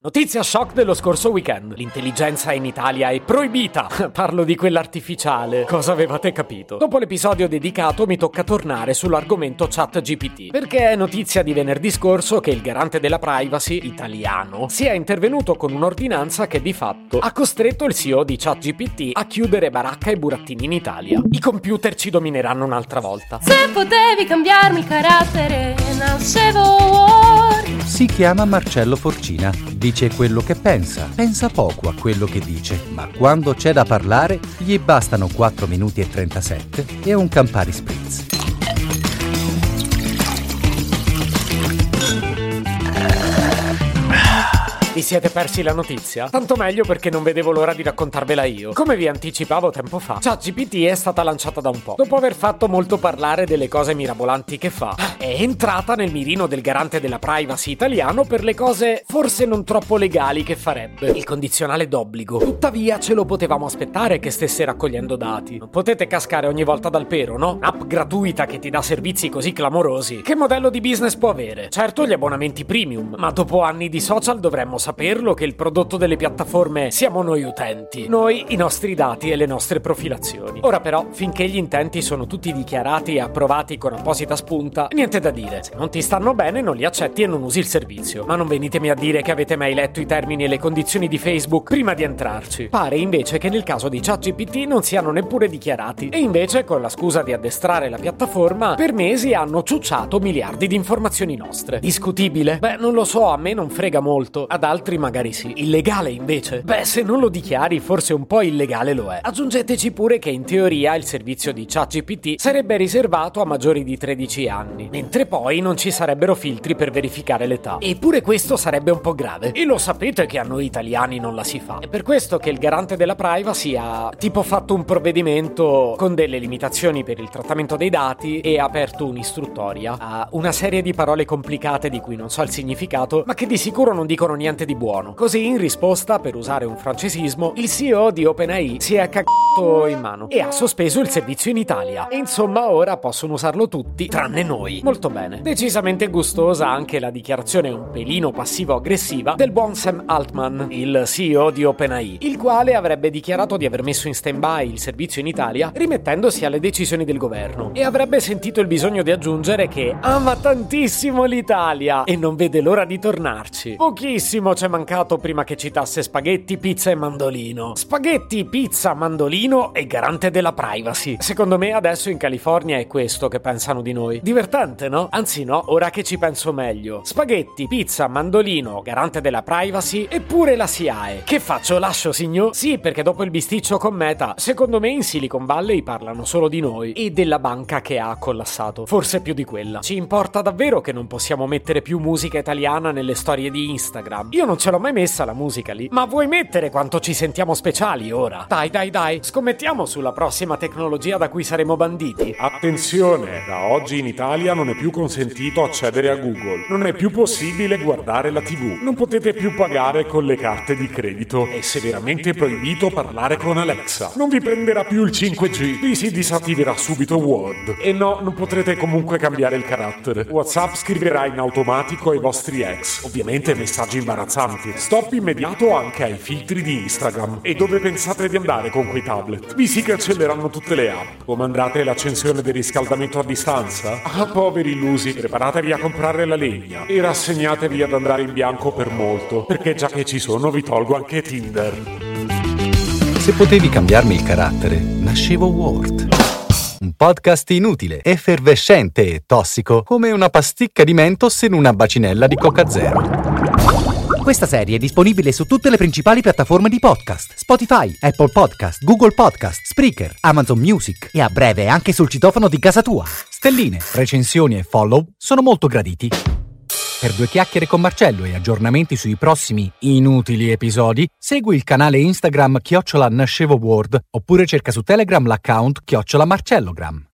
Notizia shock dello scorso weekend. L'intelligenza in Italia è proibita. Parlo di quella artificiale. Cosa avevate capito? Dopo l'episodio dedicato mi tocca tornare sull'argomento ChatGPT, perché è notizia di venerdì scorso che il garante della privacy italiano sia intervenuto con un'ordinanza che di fatto ha costretto il CEO di ChatGPT a chiudere baracca e burattini in Italia. I computer ci domineranno un'altra volta. Se potevi cambiarmi il carattere, nascevo Word. Si chiama Marcello Forcina. Dice quello che pensa poco a quello che dice, ma quando c'è da parlare gli bastano 4 minuti e 37 e un Campari Spritz. Vi siete persi la notizia? Tanto meglio perché non vedevo l'ora di raccontarvela io. Come vi anticipavo tempo fa, ChatGPT è stata lanciata da un po'. Dopo aver fatto molto parlare delle cose mirabolanti che fa, è entrata nel mirino del garante della privacy italiano per le cose forse non troppo legali che farebbe. Il condizionale d'obbligo. Tuttavia ce lo potevamo aspettare che stesse raccogliendo dati. Non potete cascare ogni volta dal pero, no? App gratuita che ti dà servizi così clamorosi. Che modello di business può avere? Certo gli abbonamenti premium, ma dopo anni di social dovremmo saperlo che il prodotto delle piattaforme siamo noi utenti. Noi, i nostri dati e le nostre profilazioni. Ora però, finché gli intenti sono tutti dichiarati e approvati con apposita spunta, niente da dire. Se non ti stanno bene non li accetti e non usi il servizio. Ma non venitemi a dire che avete mai letto i termini e le condizioni di Facebook prima di entrarci. Pare invece che nel caso di ChatGPT non siano neppure dichiarati. E invece, con la scusa di addestrare la piattaforma, per mesi hanno ciucciato miliardi di informazioni nostre. Discutibile? Beh, non lo so, a me non frega molto. Ad altri magari sì. Illegale invece? Beh, se non lo dichiari forse un po' illegale lo è. Aggiungeteci pure che in teoria il servizio di ChatGPT sarebbe riservato a maggiori di 13 anni, mentre poi non ci sarebbero filtri per verificare l'età. Eppure questo sarebbe un po' grave. E lo sapete che a noi italiani non la si fa. È per questo che il garante della privacy ha tipo fatto un provvedimento con delle limitazioni per il trattamento dei dati e ha aperto un'istruttoria a una serie di parole complicate di cui non so il significato, ma che di sicuro non dicono niente di buono. Così, in risposta, per usare un francesismo, il CEO di OpenAI si è cagato in mano e ha sospeso il servizio in Italia. E insomma, ora possono usarlo tutti, tranne noi. Molto bene. Decisamente gustosa anche la dichiarazione un pelino passivo-aggressiva del buon Sam Altman, il CEO di OpenAI, il quale avrebbe dichiarato di aver messo in stand-by il servizio in Italia, rimettendosi alle decisioni del governo. E avrebbe sentito il bisogno di aggiungere che ama tantissimo l'Italia e non vede l'ora di tornarci. Pochissimo c'è mancato prima che citasse spaghetti, pizza e mandolino. Spaghetti, pizza, mandolino e garante della privacy. Secondo me adesso in California è questo che pensano di noi. Divertente, no? Anzi no, ora che ci penso meglio. Spaghetti, pizza, mandolino, garante della privacy e pure la SIAE. Che faccio? Lascio, signor? Sì, perché dopo il bisticcio con Meta, secondo me in Silicon Valley parlano solo di noi e della banca che ha collassato. Forse più di quella. Ci importa davvero che non possiamo mettere più musica italiana nelle storie di Instagram? Io non ce l'ho mai messa la musica lì. Ma vuoi mettere quanto ci sentiamo speciali ora? Dai, scommettiamo sulla prossima tecnologia da cui saremo banditi. Attenzione, da oggi in Italia non è più consentito accedere a Google. Non è più possibile guardare la TV. Non potete più pagare con le carte di credito. È severamente proibito parlare con Alexa. Non vi prenderà più il 5G. Vi si disattiverà subito Word. E no, non potrete comunque cambiare il carattere. WhatsApp scriverà in automatico ai vostri ex. Ovviamente messaggi imbarazzanti. Stop immediato anche ai filtri di Instagram. E dove pensate di andare con quei tablet? Vi si cancelleranno tutte le app. Comandate l'accensione del riscaldamento a distanza? Ah, poveri illusi, preparatevi a comprare la legna e rassegnatevi ad andare in bianco per molto, perché già che ci sono vi tolgo anche Tinder. Se potevi cambiarmi il carattere, nascevo Word. Un podcast inutile, effervescente e tossico, come una pasticca di Mentos in una bacinella di Coca Zero. Questa serie è disponibile su tutte le principali piattaforme di podcast: Spotify, Apple Podcast, Google Podcast, Spreaker, Amazon Music e a breve anche sul citofono di casa tua. Stelline, recensioni e follow sono molto graditi. Per 2 chiacchiere con Marcello e aggiornamenti sui prossimi inutili episodi, segui il canale Instagram @NascevoWord oppure cerca su Telegram l'account @Marcellogram.